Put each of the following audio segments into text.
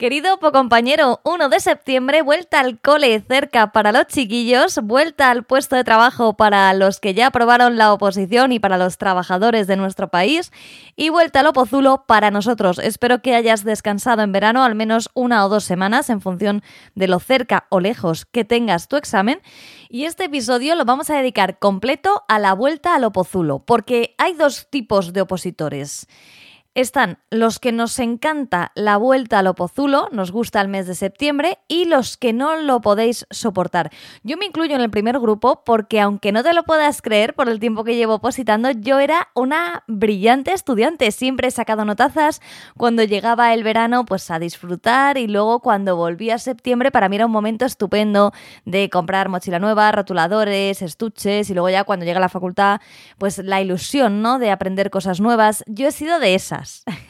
Querido compañero, 1 de septiembre, vuelta al cole cerca para los chiquillos, vuelta al puesto de trabajo para los que ya aprobaron la oposición y para los trabajadores de nuestro país, y vuelta al Opozulo para nosotros. Espero que hayas descansado en verano al menos 1 o 2 semanas en función de lo cerca o lejos que tengas tu examen. Y este episodio lo vamos a dedicar completo a la vuelta al Opozulo, porque hay 2 tipos de opositores. Están los que nos encanta la vuelta al Opozulo, nos gusta el mes de septiembre, y los que no lo podéis soportar. Yo me incluyo en el primer grupo porque, aunque no te lo puedas creer por el tiempo que llevo opositando, yo era una brillante estudiante. Siempre he sacado notazas cuando llegaba el verano, pues a disfrutar, y luego cuando volvía a septiembre para mí era un momento estupendo de comprar mochila nueva, rotuladores, estuches, y luego ya cuando llega a la facultad, pues la ilusión, ¿no?, de aprender cosas nuevas. Yo he sido de esas.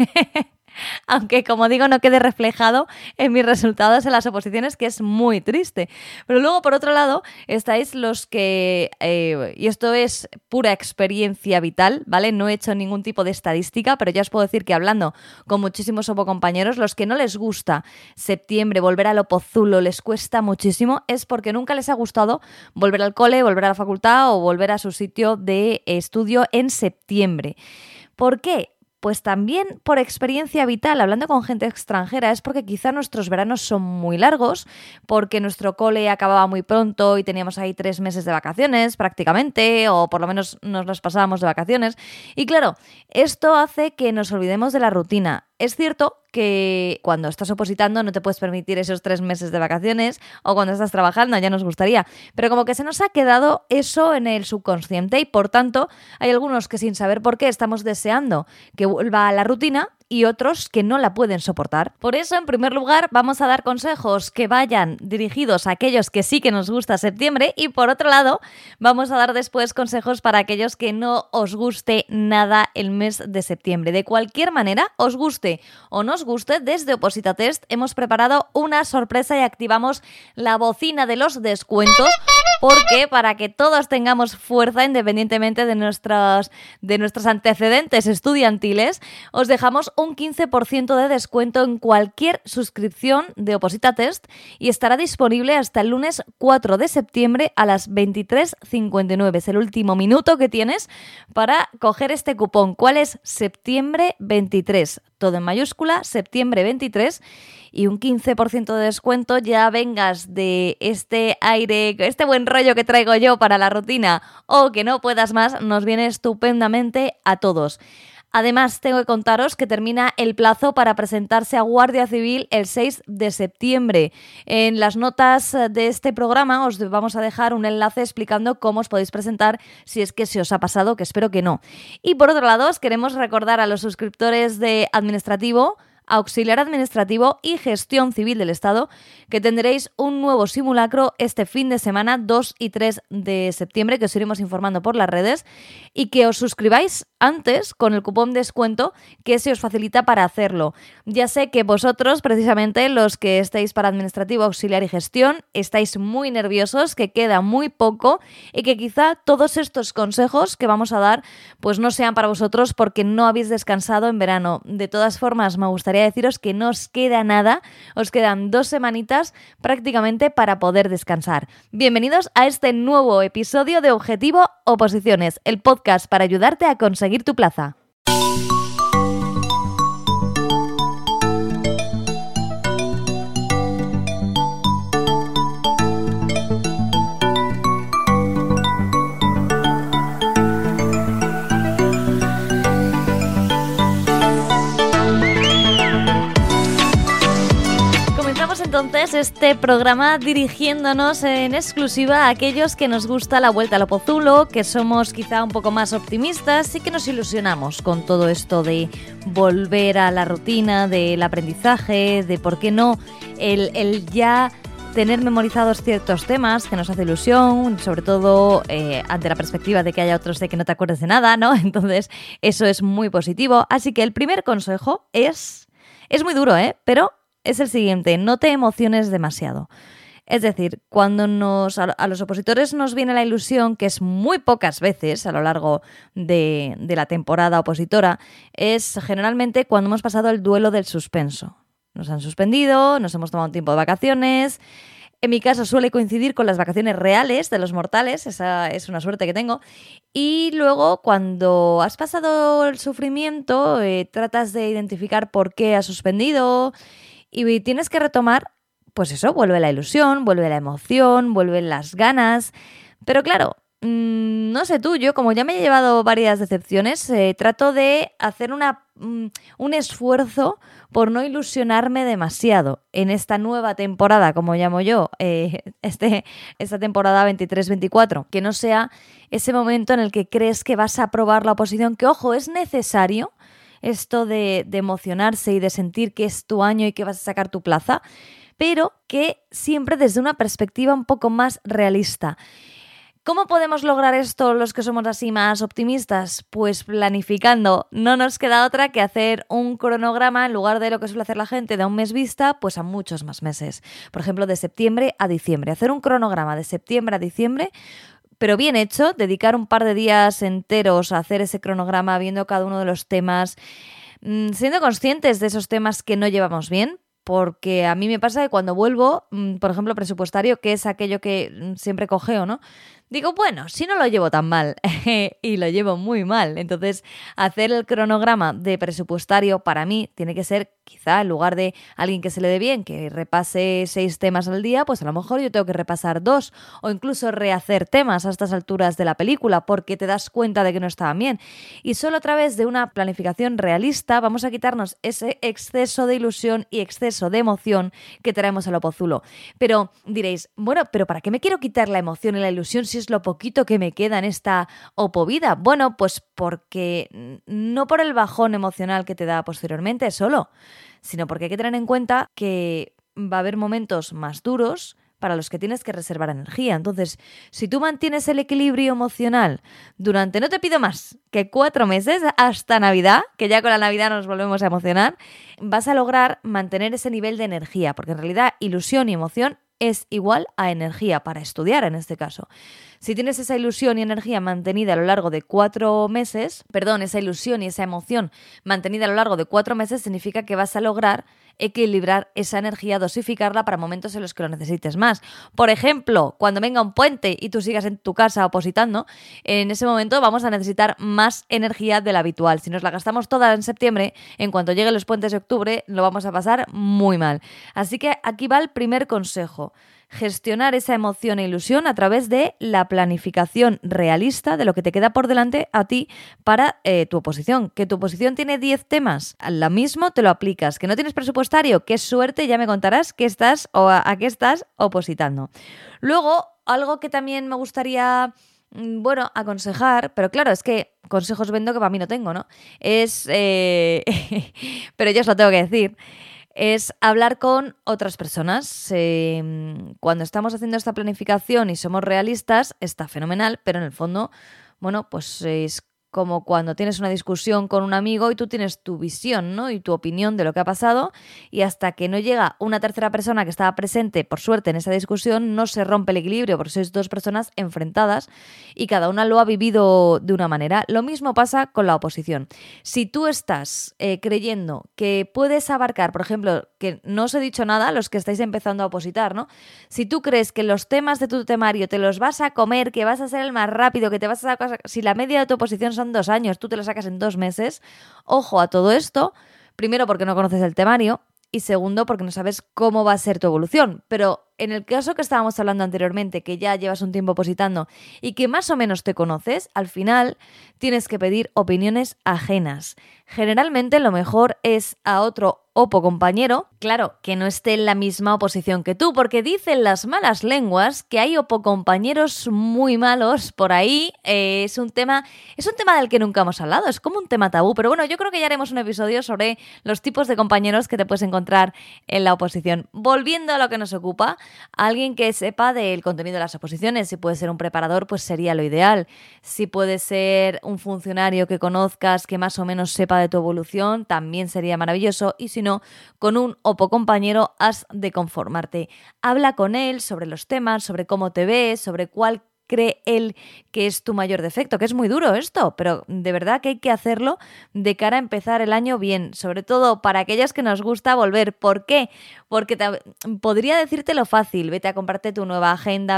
Aunque, como digo, no quede reflejado en mis resultados en las oposiciones, que es muy triste. Pero luego, por otro lado, estáis los que, y esto es pura experiencia vital, ¿vale? No he hecho ningún tipo de estadística, pero ya os puedo decir que hablando con muchísimos opocompañeros, los que no les gusta septiembre, volver al Opozulo, les cuesta muchísimo, es porque nunca les ha gustado volver al cole, volver a la facultad o volver a su sitio de estudio en septiembre. ¿Por qué? Pues también por experiencia vital, hablando con gente extranjera, es porque quizá nuestros veranos son muy largos, porque nuestro cole acababa muy pronto y teníamos ahí 3 meses de vacaciones prácticamente, o por lo menos nos los pasábamos de vacaciones. Y claro, esto hace que nos olvidemos de la rutina. Es cierto que cuando estás opositando no te puedes permitir esos 3 meses de vacaciones, o cuando estás trabajando ya nos gustaría, pero como que se nos ha quedado eso en el subconsciente y por tanto hay algunos que sin saber por qué estamos deseando que vuelva a la rutina y otros que no la pueden soportar. Por eso, en primer lugar, vamos a dar consejos que vayan dirigidos a aquellos que sí que nos gusta septiembre, y por otro lado, vamos a dar después consejos para aquellos que no os guste nada el mes de septiembre. De cualquier manera, os guste o no os guste, desde Oposita Test hemos preparado una sorpresa y activamos la bocina de los descuentos, porque para que todos tengamos fuerza independientemente de nuestros antecedentes estudiantiles, os dejamos un 15% de descuento en cualquier suscripción de Oposita Test y estará disponible hasta el lunes 4 de septiembre a las 23:59. Es el último minuto que tienes para coger este cupón. ¿Cuál es? Septiembre 23. Todo en mayúscula, septiembre 23, y un 15% de descuento, ya vengas de este aire, este buen rollo que traigo yo para la rutina o que no puedas más, nos viene estupendamente a todos. Además, tengo que contaros que termina el plazo para presentarse a Guardia Civil el 6 de septiembre. En las notas de este programa os vamos a dejar un enlace explicando cómo os podéis presentar si es que se os ha pasado, que espero que no. Y por otro lado, os queremos recordar a los suscriptores de Administrativo, Auxiliar Administrativo y Gestión Civil del Estado que tendréis un nuevo simulacro este fin de semana 2 y 3 de septiembre, que os iremos informando por las redes, y que os suscribáis antes con el cupón descuento que se os facilita para hacerlo. Ya sé que vosotros, precisamente los que estáis para Administrativo, Auxiliar y Gestión, estáis muy nerviosos, que queda muy poco y que quizá todos estos consejos que vamos a dar pues no sean para vosotros porque no habéis descansado en verano. De todas formas, me gustaría deciros que no os queda nada, os quedan 2 semanitas prácticamente para poder descansar. Bienvenidos a este nuevo episodio de Objetivo Oposiciones, el podcast para ayudarte a conseguir tu plaza. Entonces este programa dirigiéndonos en exclusiva a aquellos que nos gusta la vuelta al Opozulo, que somos quizá un poco más optimistas y que nos ilusionamos con todo esto de volver a la rutina, del aprendizaje, de por qué no el ya tener memorizados ciertos temas que nos hace ilusión, sobre todo ante la perspectiva de que haya otros de que no te acuerdes de nada, ¿no? Entonces eso es muy positivo. Así que el primer consejo es muy duro, pero es el siguiente: no te emociones demasiado. Es decir, cuando a los opositores nos viene la ilusión, que es muy pocas veces a lo largo de la temporada opositora, es generalmente cuando hemos pasado el duelo del suspenso. nos han suspendido, nos hemos tomado un tiempo de vacaciones. En mi caso suele coincidir con las vacaciones reales de los mortales, esa es una suerte que tengo. Y luego cuando has pasado el sufrimiento, tratas de identificar por qué has suspendido y tienes que retomar, pues eso, vuelve la ilusión, vuelve la emoción, vuelven las ganas. Pero claro, no sé tú, yo como ya me he llevado varias decepciones, trato de hacer un esfuerzo por no ilusionarme demasiado en esta nueva temporada, como llamo yo, esta temporada 23-24, que no sea ese momento en el que crees que vas a aprobar la oposición, que ojo, es necesario esto de emocionarse y de sentir que es tu año y que vas a sacar tu plaza, pero que siempre desde una perspectiva un poco más realista. ¿Cómo podemos lograr esto los que somos así más optimistas? Pues planificando. No nos queda otra que hacer un cronograma en lugar de lo que suele hacer la gente de un mes vista, pues a muchos más meses. Por ejemplo, de septiembre a diciembre. Hacer un cronograma de septiembre a diciembre, pero bien hecho, dedicar un par de días enteros a hacer ese cronograma viendo cada uno de los temas, siendo conscientes de esos temas que no llevamos bien. Porque a mí me pasa que cuando vuelvo, por ejemplo, presupuestario, que es aquello que siempre cojeo, ¿no? Digo, bueno, si no lo llevo tan mal y lo llevo muy mal. Entonces, hacer el cronograma de presupuestario para mí tiene que ser, quizá en lugar de alguien que se le dé bien, que repase 6 temas al día, pues a lo mejor yo tengo que repasar 2 o incluso rehacer temas a estas alturas de la película porque te das cuenta de que no estaban bien. Y solo a través de una planificación realista vamos a quitarnos ese exceso de ilusión y exceso de emoción que traemos al Opozulo. Pero diréis, bueno, ¿pero para qué me quiero quitar la emoción y la ilusión si es lo poquito que me queda en esta opovida? Bueno, pues porque no por el bajón emocional que te da posteriormente solo, sino porque hay que tener en cuenta que va a haber momentos más duros para los que tienes que reservar energía. Entonces, si tú mantienes el equilibrio emocional durante, no te pido más, que 4 meses hasta Navidad, que ya con la Navidad nos volvemos a emocionar, vas a lograr mantener ese nivel de energía, porque en realidad ilusión y emoción es igual a energía para estudiar en este caso. Si tienes esa ilusión y energía mantenida a lo largo de 4 meses, esa ilusión y esa emoción mantenida a lo largo de 4 meses significa que vas a lograr equilibrar esa energía, dosificarla para momentos en los que lo necesites más. Por ejemplo, cuando venga un puente y tú sigas en tu casa opositando, en ese momento vamos a necesitar más energía de la habitual. Si nos la gastamos toda en septiembre, en cuanto lleguen los puentes de octubre, lo vamos a pasar muy mal. Así que aquí va el primer consejo. Gestionar esa emoción e ilusión a través de la planificación realista de lo que te queda por delante a ti para tu oposición. Que tu oposición tiene 10 temas, lo mismo te lo aplicas. Que no tienes presupuestario, qué suerte, ya me contarás qué estás o a qué estás opositando. Luego, algo que también me gustaría aconsejar, pero claro, es que consejos vendo que para mí no tengo, ¿no? Pero yo os lo tengo que decir. Es hablar con otras personas. Cuando estamos haciendo esta planificación y somos realistas, está fenomenal, pero en el fondo, pues es como cuando tienes una discusión con un amigo y tú tienes tu visión, ¿no? Y tu opinión de lo que ha pasado, y hasta que no llega una tercera persona que estaba presente, por suerte, en esa discusión, no se rompe el equilibrio, porque sois 2 personas enfrentadas y cada una lo ha vivido de una manera. Lo mismo pasa con la oposición. Si tú estás creyendo que puedes abarcar, por ejemplo, que no os he dicho nada, los que estáis empezando a opositar, ¿no? Si tú crees que los temas de tu temario te los vas a comer, que vas a ser el más rápido, que te vas a sacar, si la media de tu oposición son 2 años, tú te lo sacas en 2 meses, ojo a todo esto, primero porque no conoces el temario y segundo porque no sabes cómo va a ser tu evolución. Pero en el caso que estábamos hablando anteriormente, que ya llevas un tiempo opositando y que más o menos te conoces, al final tienes que pedir opiniones ajenas. Generalmente lo mejor es a otro compañero, claro, que no esté en la misma oposición que tú, porque dicen las malas lenguas que hay compañeros muy malos por ahí. Es un tema del que nunca hemos hablado, es como un tema tabú, pero bueno, yo creo que ya haremos un episodio sobre los tipos de compañeros que te puedes encontrar en la oposición. Volviendo a lo que nos ocupa, alguien que sepa del contenido de las oposiciones. Si puede ser un preparador, pues sería lo ideal. Si puede ser un funcionario que conozcas, que más o menos sepa de tu evolución, también sería maravilloso. Y si no, con un compañero has de conformarte. Habla con él sobre los temas, sobre cómo te ves, sobre cuál cree él que es tu mayor defecto, que es muy duro esto, pero de verdad que hay que hacerlo de cara a empezar el año bien, sobre todo para aquellas que nos gusta volver. ¿Por qué? Porque podría decirte lo fácil, vete a comprarte tu nueva agenda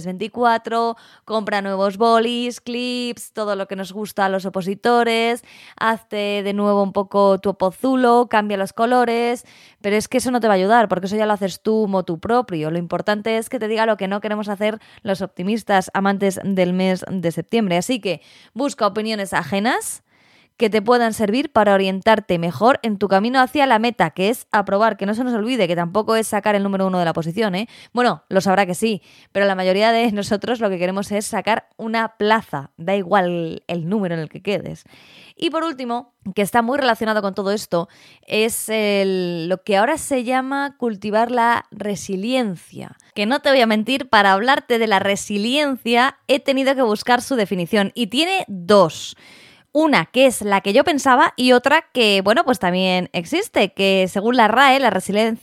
23-24, compra nuevos bolis, clips, todo lo que nos gusta a los opositores, hazte de nuevo un poco tu opozulo, cambia los colores, pero es que eso no te va a ayudar porque eso ya lo haces tú motu propio. Lo importante es que te diga lo que no queremos hacer los optimistas amantes del mes de septiembre. Así que busca opiniones ajenas que te puedan servir para orientarte mejor en tu camino hacia la meta, que es aprobar, que no se nos olvide, que tampoco es sacar el número 1 de la oposición, ¿eh? Bueno, lo sabrá que sí, pero la mayoría de nosotros lo que queremos es sacar una plaza, da igual el número en el que quedes. Y por último, que está muy relacionado con todo esto, es lo que ahora se llama cultivar la resiliencia. Que no te voy a mentir, para hablarte de la resiliencia he tenido que buscar su definición y tiene dos. Una que es la que yo pensaba y otra que, bueno, pues también existe, que según la RAE, la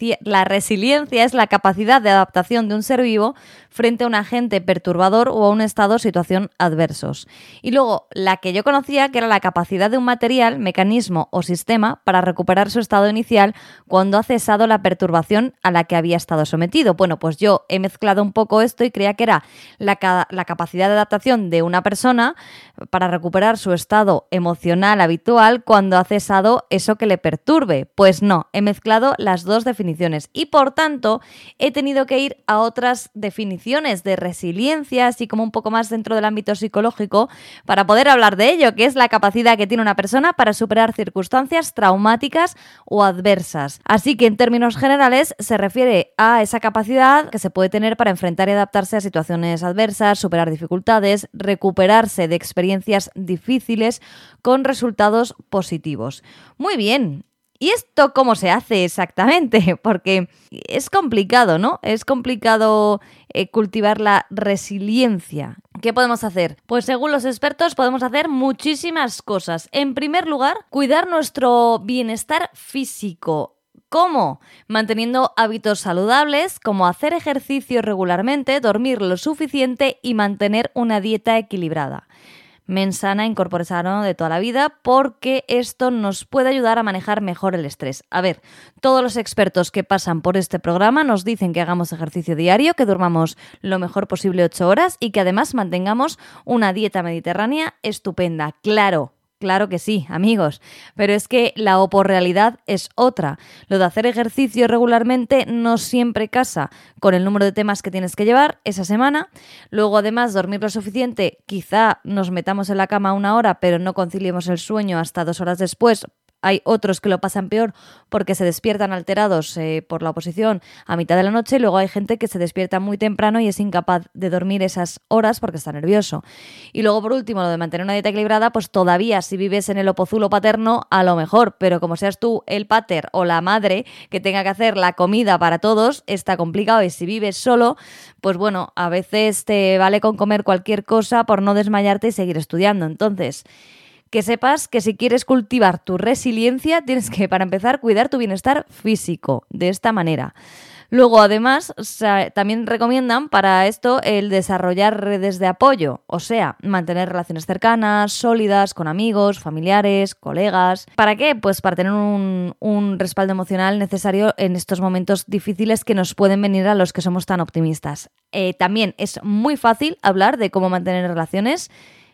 resiliencia es la capacidad de adaptación de un ser vivo frente a un agente perturbador o a un estado o situación adversos. Y luego, la que yo conocía, que era la capacidad de un material, mecanismo o sistema para recuperar su estado inicial cuando ha cesado la perturbación a la que había estado sometido. Bueno, pues yo he mezclado un poco esto y creía que era la capacidad de adaptación de una persona para recuperar su estado emocional habitual cuando ha cesado eso que le perturbe. Pues no, he mezclado las dos definiciones y por tanto he tenido que ir a otras definiciones de resiliencia, así como un poco más dentro del ámbito psicológico, para poder hablar de ello, que es la capacidad que tiene una persona para superar circunstancias traumáticas o adversas. Así que en términos generales se refiere a esa capacidad que se puede tener para enfrentar y adaptarse a situaciones adversas, superar dificultades, recuperarse de experiencias difíciles con resultados positivos. Muy bien. ¿Y esto cómo se hace exactamente? Porque es complicado, ¿no? Es complicado cultivar la resiliencia. ¿Qué podemos hacer? Pues según los expertos podemos hacer muchísimas cosas. En primer lugar, cuidar nuestro bienestar físico. ¿Cómo? Manteniendo hábitos saludables, como hacer ejercicio regularmente, dormir lo suficiente y mantener una dieta equilibrada. Mensana, incorpore sano de toda la vida, porque esto nos puede ayudar a manejar mejor el estrés. A ver, todos los expertos que pasan por este programa nos dicen que hagamos ejercicio diario, que durmamos lo mejor posible 8 horas y que además mantengamos una dieta mediterránea estupenda. Claro que sí, amigos, pero es que la oporrealidad es otra. Lo de hacer ejercicio regularmente no siempre casa con el número de temas que tienes que llevar esa semana. Luego, además, dormir lo suficiente, quizá nos metamos en la cama 1 hora, pero no conciliemos el sueño hasta 2 horas después. Hay otros que lo pasan peor porque se despiertan alterados por la oposición a mitad de la noche y luego hay gente que se despierta muy temprano y es incapaz de dormir esas horas porque está nervioso. Y luego, por último, lo de mantener una dieta equilibrada, pues todavía si vives en el opozulo paterno, a lo mejor, pero como seas tú el pater o la madre que tenga que hacer la comida para todos, está complicado. Y si vives solo, pues bueno, a veces te vale con comer cualquier cosa por no desmayarte y seguir estudiando. Entonces, que sepas que si quieres cultivar tu resiliencia, tienes que, para empezar, cuidar tu bienestar físico de esta manera. Luego, además, también recomiendan para esto el desarrollar redes de apoyo, o sea, mantener relaciones cercanas, sólidas, con amigos, familiares, colegas. ¿Para qué? Pues para tener un respaldo emocional necesario en estos momentos difíciles que nos pueden venir a los que somos tan optimistas. También es muy fácil hablar de cómo mantener relaciones.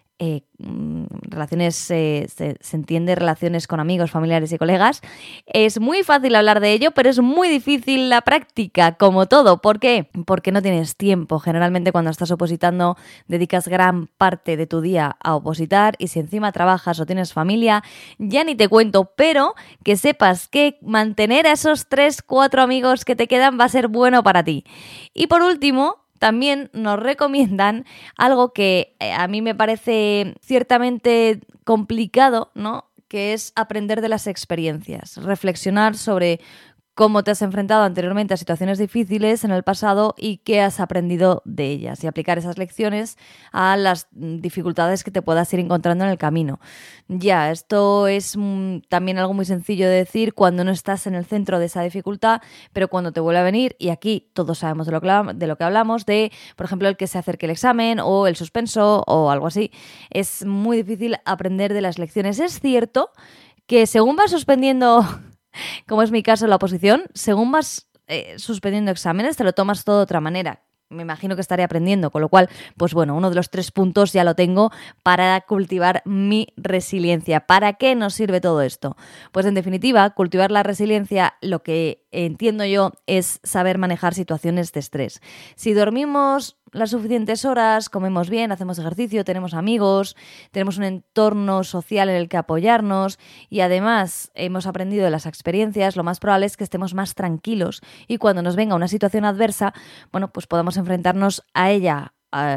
Se entiende relaciones con amigos, familiares y colegas. Es muy fácil hablar de ello, pero es muy difícil la práctica, como todo. ¿Por qué? Porque no tienes tiempo. Generalmente cuando estás opositando dedicas gran parte de tu día a opositar y si encima trabajas o tienes familia, ya ni te cuento, pero que sepas que mantener a esos 3-4 amigos que te quedan va a ser bueno para ti. Y por último, también nos recomiendan algo que a mí me parece ciertamente complicado, ¿no? Que es aprender de las experiencias, reflexionar sobre cómo te has enfrentado anteriormente a situaciones difíciles en el pasado y qué has aprendido de ellas, y aplicar esas lecciones a las dificultades que te puedas ir encontrando en el camino. Ya, esto es también algo muy sencillo de decir cuando no estás en el centro de esa dificultad, pero cuando te vuelve a venir, y aquí todos sabemos de lo que hablamos, de, por ejemplo, el que se acerque el examen o el suspenso o algo así, es muy difícil aprender de las lecciones. Es cierto que según vas suspendiendo, como es mi caso, la oposición, según vas suspendiendo exámenes, te lo tomas todo de otra manera. Me imagino que estaré aprendiendo, con lo cual, pues bueno, uno de los 3 puntos ya lo tengo para cultivar mi resiliencia. ¿Para qué nos sirve todo esto? Pues en definitiva, cultivar la resiliencia, lo que entiendo yo, es saber manejar situaciones de estrés. Si dormimos las suficientes horas, comemos bien, hacemos ejercicio, tenemos amigos, tenemos un entorno social en el que apoyarnos y además hemos aprendido de las experiencias, lo más probable es que estemos más tranquilos y cuando nos venga una situación adversa, bueno, pues podamos enfrentarnos a ella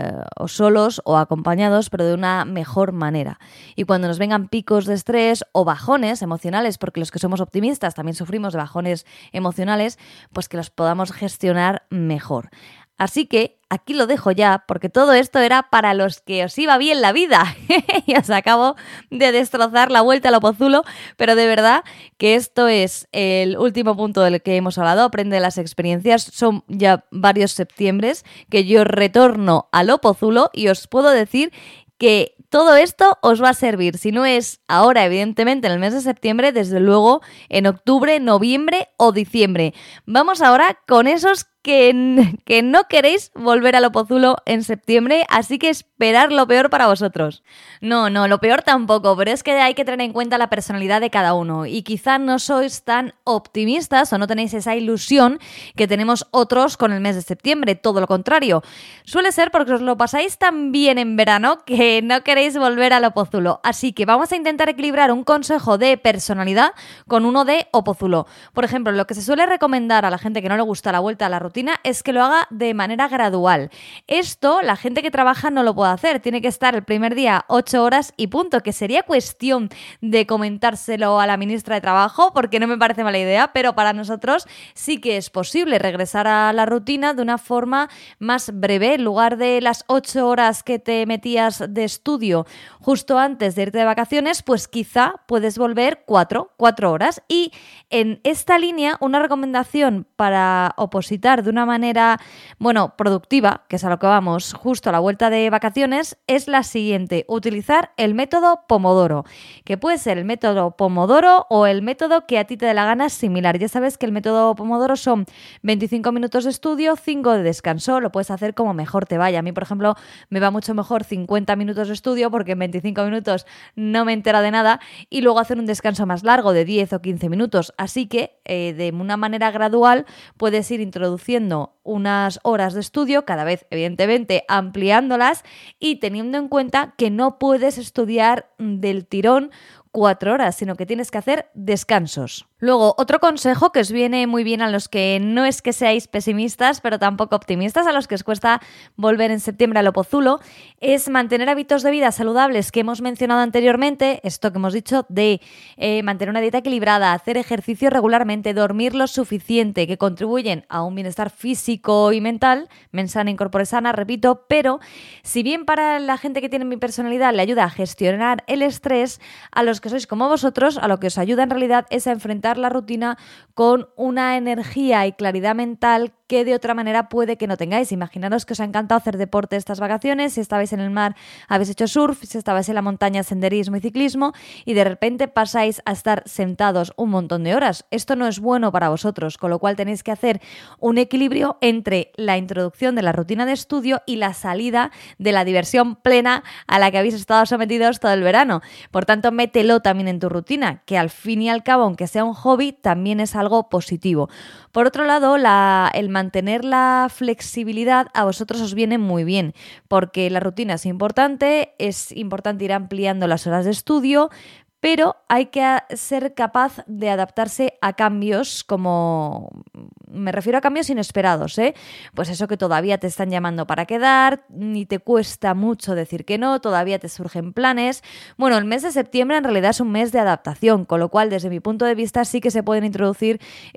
o solos o acompañados, pero de una mejor manera. Y cuando nos vengan picos de estrés o bajones emocionales, porque los que somos optimistas también sufrimos de bajones emocionales, pues que los podamos gestionar mejor. Así que aquí lo dejo ya, porque todo esto era para los que os iba bien la vida. Y os acabo de destrozar la vuelta al Opozulo, pero de verdad que esto es el último punto del que hemos hablado. Aprende de las experiencias. Son ya varios septiembres que yo retorno al Opozulo y os puedo decir que todo esto os va a servir. Si no es ahora, evidentemente, en el mes de septiembre, desde luego en octubre, noviembre o diciembre. Vamos ahora con esos que no queréis volver al Opozulo en septiembre, así que esperar lo peor para vosotros. No, lo peor tampoco, pero es que hay que tener en cuenta la personalidad de cada uno y quizá no sois tan optimistas o no tenéis esa ilusión que tenemos otros con el mes de septiembre, todo lo contrario. Suele ser porque os lo pasáis tan bien en verano que no queréis volver al Opozulo, así que vamos a intentar equilibrar un consejo de personalidad con uno de Opozulo. Por ejemplo, lo que se suele recomendar a la gente que no le gusta la vuelta a la rutina es que lo haga de manera gradual. Esto la gente que trabaja no lo puede hacer, tiene que estar el primer día 8 horas y punto, que sería cuestión de comentárselo a la ministra de Trabajo porque no me parece mala idea, pero para nosotros sí que es posible regresar a la rutina de una forma más breve. En lugar de las 8 horas que te metías de estudio justo antes de irte de vacaciones, pues quizá puedes volver 4 horas. Y en esta línea, una recomendación para opositar de una manera, productiva, que es a lo que vamos justo a la vuelta de vacaciones, es la siguiente: utilizar el método Pomodoro, que puede ser el método Pomodoro o el método que a ti te dé la gana similar. Ya sabes que el método Pomodoro son 25 minutos de estudio, 5 de descanso, lo puedes hacer como mejor te vaya. A mí, por ejemplo, me va mucho mejor 50 minutos de estudio porque en 25 minutos no me entero de nada y luego hacer un descanso más largo de 10 o 15 minutos. Así que de una manera gradual puedes ir introduciendo unas horas de estudio, cada vez evidentemente ampliándolas y teniendo en cuenta que no puedes estudiar del tirón 4 horas, sino que tienes que hacer descansos. Luego, otro consejo que os viene muy bien a los que no es que seáis pesimistas, pero tampoco optimistas, a los que os cuesta volver en septiembre al Opozulo, es mantener hábitos de vida saludables que hemos mencionado anteriormente, esto que hemos dicho de mantener una dieta equilibrada, hacer ejercicio regularmente, dormir lo suficiente, que contribuyen a un bienestar físico y mental, mens sana in corpore sana, repito, pero si bien para la gente que tiene mi personalidad le ayuda a gestionar el estrés, a los que sois como vosotros, a lo que os ayuda en realidad es a enfrentar la rutina con una energía y claridad mental que de otra manera puede que no tengáis. Imaginaros que os ha encantado hacer deporte estas vacaciones, si estabais en el mar habéis hecho surf, si estabais en la montaña senderismo y ciclismo y de repente pasáis a estar sentados un montón de horas. Esto no es bueno para vosotros, con lo cual tenéis que hacer un equilibrio entre la introducción de la rutina de estudio y la salida de la diversión plena a la que habéis estado sometidos todo el verano. Por tanto, mételo también en tu rutina, que al fin y al cabo, aunque sea un hobby, también es algo positivo. Por otro lado, el mantener la flexibilidad a vosotros os viene muy bien, porque la rutina es importante ir ampliando las horas de estudio, pero hay que ser capaz de adaptarse a cambios, como me refiero a cambios inesperados, ¿eh? Pues eso, que todavía te están llamando para quedar, ni te cuesta mucho decir que no, todavía te surgen planes. Bueno, el mes de septiembre en realidad es un mes de adaptación, con lo cual desde mi punto de vista sí que se pueden introducir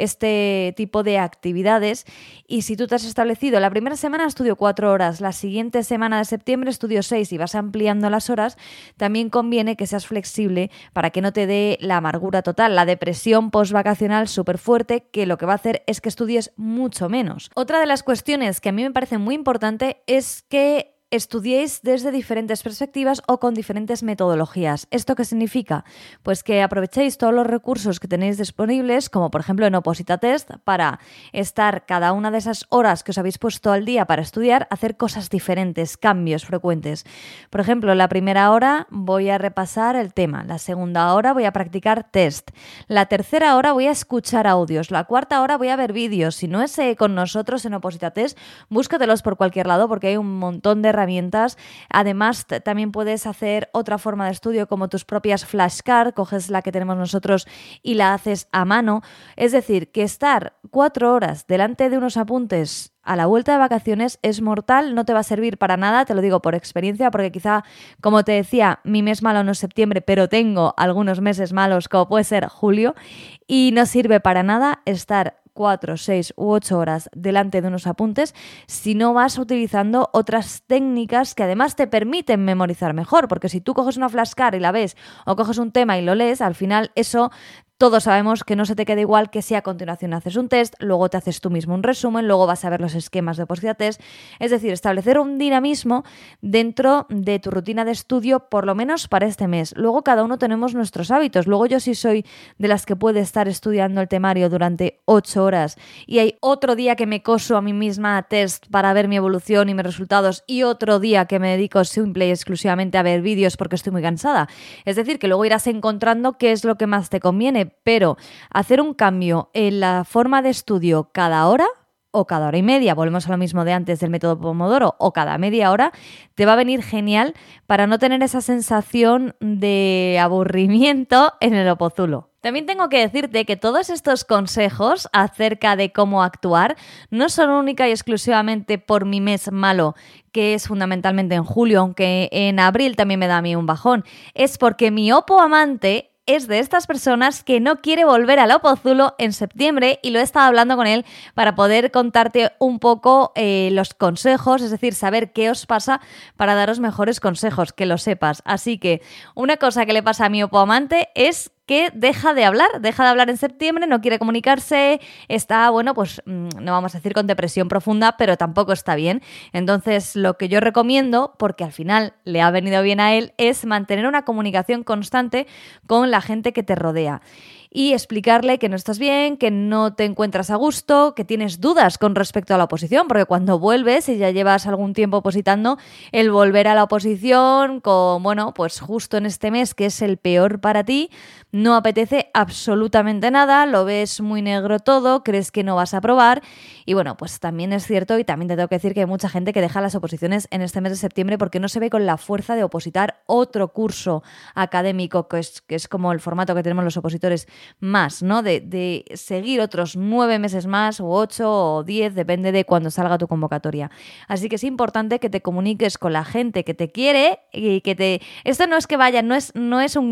este tipo de actividades. Y si tú te has establecido, la primera semana estudio 4 horas, la siguiente semana de septiembre estudio 6 y vas ampliando las horas, también conviene que seas flexible para que no te dé la amargura total, la depresión postvacacional súper fuerte, que lo que va a hacer es que estudies mucho menos. Otra de las cuestiones que a mí me parece muy importante es que estudiéis desde diferentes perspectivas o con diferentes metodologías. ¿Esto qué significa? Pues que aprovechéis todos los recursos que tenéis disponibles, como por ejemplo en Oposita Test, para estar cada una de esas horas que os habéis puesto al día para estudiar, hacer cosas diferentes, cambios frecuentes. Por ejemplo, la primera hora voy a repasar el tema, la segunda hora voy a practicar test, la tercera hora voy a escuchar audios, la cuarta hora voy a ver vídeos. Si no es con nosotros en Oposita Test, búscatelos por cualquier lado porque hay un montón de herramientas. Además, también puedes hacer otra forma de estudio como tus propias flashcards, coges la que tenemos nosotros y la haces a mano. Es decir, que estar 4 horas delante de unos apuntes a la vuelta de vacaciones es mortal, no te va a servir para nada, te lo digo por experiencia, porque quizá, como te decía, mi mes malo no es septiembre, pero tengo algunos meses malos, como puede ser julio, y no sirve para nada estar 4, 6 u 8 horas delante de unos apuntes si no vas utilizando otras técnicas que además te permiten memorizar mejor, porque si tú coges una flashcard y la ves o coges un tema y lo lees, al final eso todos sabemos que no se te queda igual que si a continuación haces un test, luego te haces tú mismo un resumen, luego vas a ver los esquemas de Oposita Test. Es decir, establecer un dinamismo dentro de tu rutina de estudio, por lo menos para este mes. Luego cada uno tenemos nuestros hábitos. Luego yo sí soy de las que puede estar estudiando el temario durante 8 horas y hay otro día que me coso a mí misma a test para ver mi evolución y mis resultados y otro día que me dedico simple y exclusivamente a ver vídeos porque estoy muy cansada. Es decir, que luego irás encontrando qué es lo que más te conviene, pero hacer un cambio en la forma de estudio cada hora o cada hora y media, volvemos a lo mismo de antes del método Pomodoro, o cada media hora, te va a venir genial para no tener esa sensación de aburrimiento en el Opozulo. También tengo que decirte que todos estos consejos acerca de cómo actuar no son única y exclusivamente por mi mes malo, que es fundamentalmente en julio, aunque en abril también me da a mí un bajón. Es porque mi Opo amante es de estas personas que no quiere volver al Opozulo en septiembre y lo he estado hablando con él para poder contarte un poco los consejos, es decir, saber qué os pasa para daros mejores consejos, que lo sepas. Así que una cosa que le pasa a mi Opo amante es que deja de hablar en septiembre, no quiere comunicarse, está, bueno, pues no vamos a decir con depresión profunda, pero tampoco está bien. Entonces, lo que yo recomiendo, porque al final le ha venido bien a él, es mantener una comunicación constante con la gente que te rodea y explicarle que no estás bien, que no te encuentras a gusto, que tienes dudas con respecto a la oposición, porque cuando vuelves y ya llevas algún tiempo opositando, el volver a la oposición con, bueno, pues justo en este mes que es el peor para ti, no apetece absolutamente nada, lo ves muy negro todo, crees que no vas a aprobar y bueno, pues también es cierto y también te tengo que decir que hay mucha gente que deja las oposiciones en este mes de septiembre porque no se ve con la fuerza de opositar otro curso académico, que es como el formato que tenemos los opositores más, ¿no? De seguir otros 9 meses más o 8 o 10, depende de cuando salga tu convocatoria. Así que es importante que te comuniques con la gente que te quiere y que te... Esto no es que vaya, no es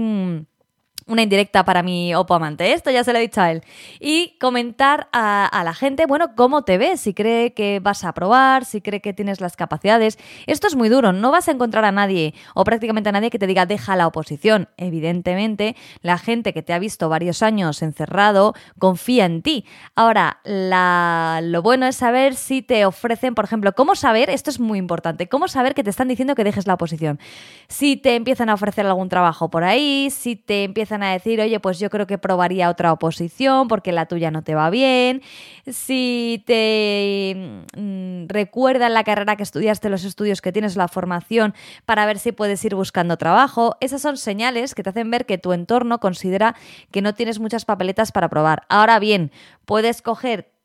una indirecta para mi Opo amante, esto ya se lo he dicho a él. Y comentar a la gente, bueno, cómo te ves, si cree que vas a aprobar, si cree que tienes las capacidades. Esto es muy duro, no vas a encontrar a nadie o prácticamente a nadie que te diga deja la oposición. Evidentemente, la gente que te ha visto varios años encerrado confía en ti. Ahora, lo bueno es saber si te ofrecen, por ejemplo, cómo saber, esto es muy importante, cómo saber que te están diciendo que dejes la oposición. Si te empiezan a ofrecer algún trabajo por ahí, si te empiezan a decir, oye, pues yo creo que probaría otra oposición porque la tuya no te va bien, si te recuerdan la carrera que estudiaste, los estudios que tienes, la formación, para ver si puedes ir buscando trabajo. Esas son señales que te hacen ver que tu entorno considera que no tienes muchas papeletas para probar. Ahora bien, puedes coger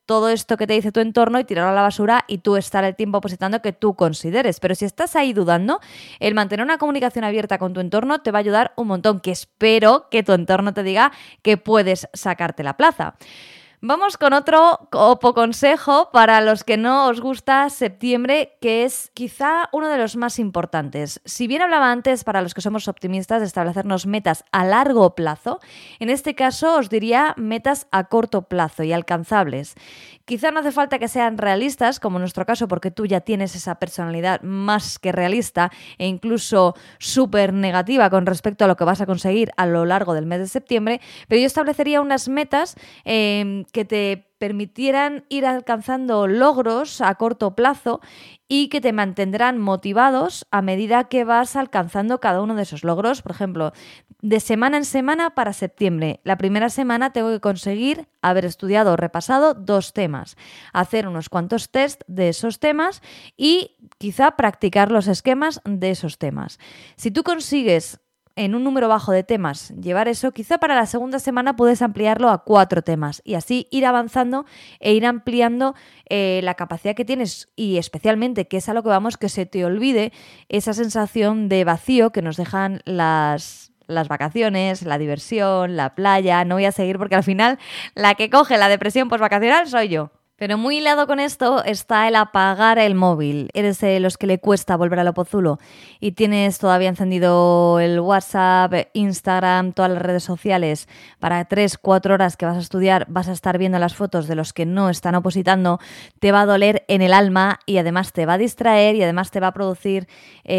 todo esto que te dice tu entorno y tirarlo a la basura y tú estar el tiempo opositando que tú consideres. Pero si estás ahí dudando, el mantener una comunicación abierta con tu entorno te va a ayudar un montón, que espero que tu entorno te diga que puedes sacarte la plaza. Vamos con otro consejo para los que no os gusta septiembre, que es quizá uno de los más importantes. Si bien hablaba antes, para los que somos optimistas, de establecernos metas a largo plazo, en este caso os diría metas a corto plazo y alcanzables. Quizá no hace falta que sean realistas, como en nuestro caso, porque tú ya tienes esa personalidad más que realista e incluso súper negativa con respecto a lo que vas a conseguir a lo largo del mes de septiembre, pero yo establecería unas metas que te permitieran ir alcanzando logros a corto plazo y que te mantendrán motivados a medida que vas alcanzando cada uno de esos logros. Por ejemplo, de semana en semana para septiembre. La primera semana tengo que conseguir haber estudiado o repasado 2 temas, hacer unos cuantos test de esos temas y quizá practicar los esquemas de esos temas. Si tú consigues en un número bajo de temas llevar eso, quizá para la segunda semana puedes ampliarlo a 4 temas y así ir avanzando e ir ampliando la capacidad que tienes y especialmente, que es a lo que vamos, que se te olvide esa sensación de vacío que nos dejan las vacaciones, la diversión, la playa. No voy a seguir porque al final la que coge la depresión postvacacional soy yo. Pero muy hilado con esto está el apagar el móvil. Eres de los que le cuesta volver al Opozulo y tienes todavía encendido el WhatsApp, Instagram, todas las redes sociales. Para 3-4 horas que vas a estudiar vas a estar viendo las fotos de los que no están opositando. Te va a doler en el alma y además te va a distraer y además te va a producir,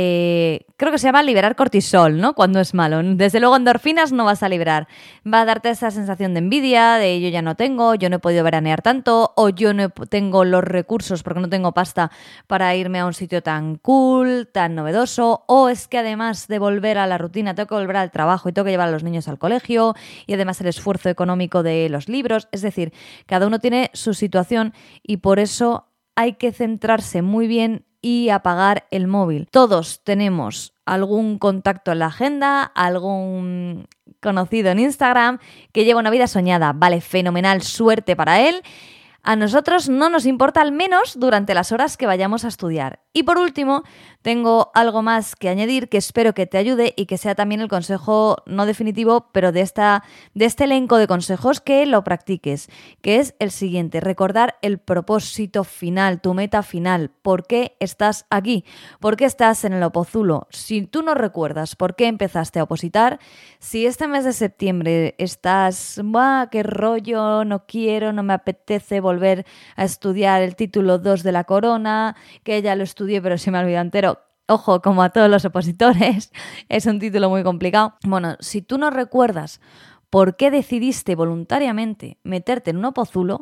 creo que se llama liberar cortisol, ¿no? Cuando es malo. Desde luego endorfinas no vas a liberar. Va a darte esa sensación de envidia, de yo ya no tengo, yo no he podido veranear tanto o yo no tengo los recursos porque no tengo pasta para irme a un sitio tan cool, tan novedoso, o es que además de volver a la rutina tengo que volver al trabajo y tengo que llevar a los niños al colegio y además el esfuerzo económico de los libros. Es decir, cada uno tiene su situación y por eso hay que centrarse muy bien y apagar el móvil. Todos tenemos algún contacto en la agenda, algún conocido en Instagram que lleva una vida soñada. Vale, fenomenal, suerte para él. A nosotros no nos importa, al menos durante las horas que vayamos a estudiar. Y por último, tengo algo más que añadir que espero que te ayude y que sea también el consejo no definitivo, pero de este elenco de consejos que lo practiques, que es el siguiente: recordar el propósito final, tu meta final. ¿Por qué estás aquí? ¿Por qué estás en el Opozulo? Si tú no recuerdas por qué empezaste a opositar, si este mes de septiembre estás, qué rollo, no quiero, no me apetece volver a estudiar el título 2 de la corona, que ya lo estudié pero se me ha olvidado entero. Ojo, como a todos los opositores, es un título muy complicado. Bueno, si tú no recuerdas por qué decidiste voluntariamente meterte en un Opozulo,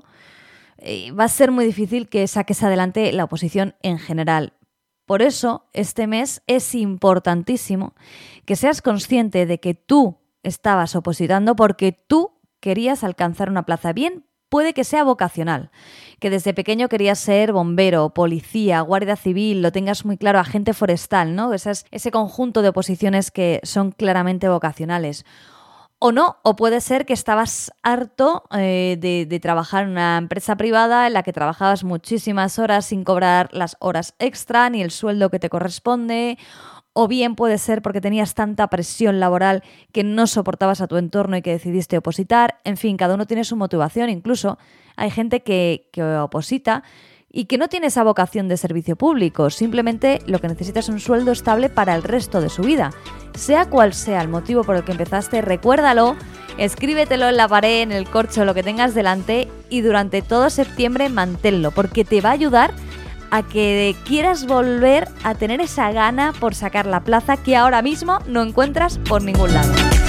va a ser muy difícil que saques adelante la oposición en general. Por eso, este mes es importantísimo que seas consciente de que tú estabas opositando porque tú querías alcanzar una plaza. Bien, puede que sea vocacional, que desde pequeño querías ser bombero, policía, guardia civil, lo tengas muy claro, agente forestal, ¿no? Ese conjunto de oposiciones que son claramente vocacionales. O no, o puede ser que estabas harto de trabajar en una empresa privada en la que trabajabas muchísimas horas sin cobrar las horas extra ni el sueldo que te corresponde. O bien puede ser porque tenías tanta presión laboral que no soportabas a tu entorno y que decidiste opositar. En fin, cada uno tiene su motivación. Incluso hay gente que oposita y que no tiene esa vocación de servicio público. Simplemente lo que necesita es un sueldo estable para el resto de su vida. Sea cual sea el motivo por el que empezaste, recuérdalo, escríbetelo en la pared, en el corcho, lo que tengas delante y durante todo septiembre manténlo porque te va a ayudar a que quieras volver a tener esa gana por sacar la plaza que ahora mismo no encuentras por ningún lado.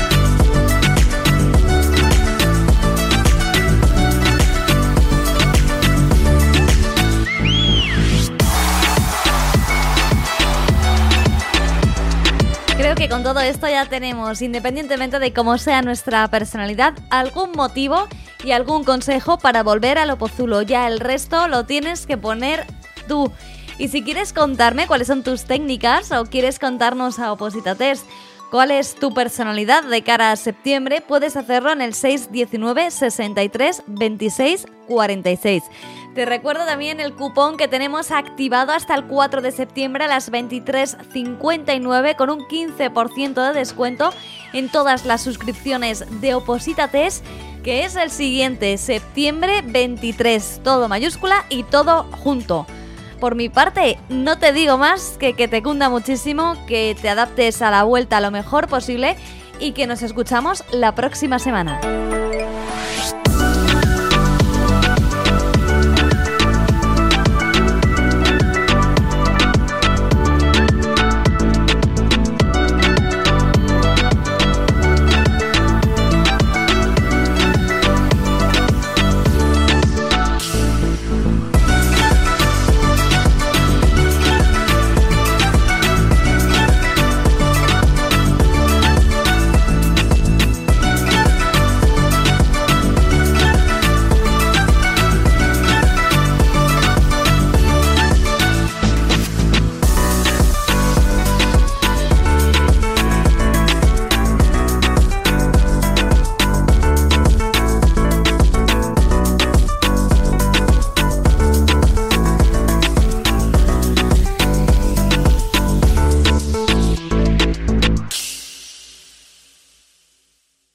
Creo que con todo esto ya tenemos, independientemente de cómo sea nuestra personalidad, algún motivo y algún consejo para volver al Opozulo. Ya el resto lo tienes que poner tú. Y si quieres contarme cuáles son tus técnicas o quieres contarnos a Oposita Test ¿Cuál es tu personalidad de cara a septiembre? Puedes hacerlo en el 619 63 26 46. Te recuerdo también el cupón que tenemos activado hasta el 4 de septiembre a las 23:59 con un 15% de descuento en todas las suscripciones de Oposítates, que es el siguiente: septiembre 23, todo mayúscula y todo junto. Por mi parte, no te digo más que te cunda muchísimo, que te adaptes a la vuelta lo mejor posible y que nos escuchamos la próxima semana.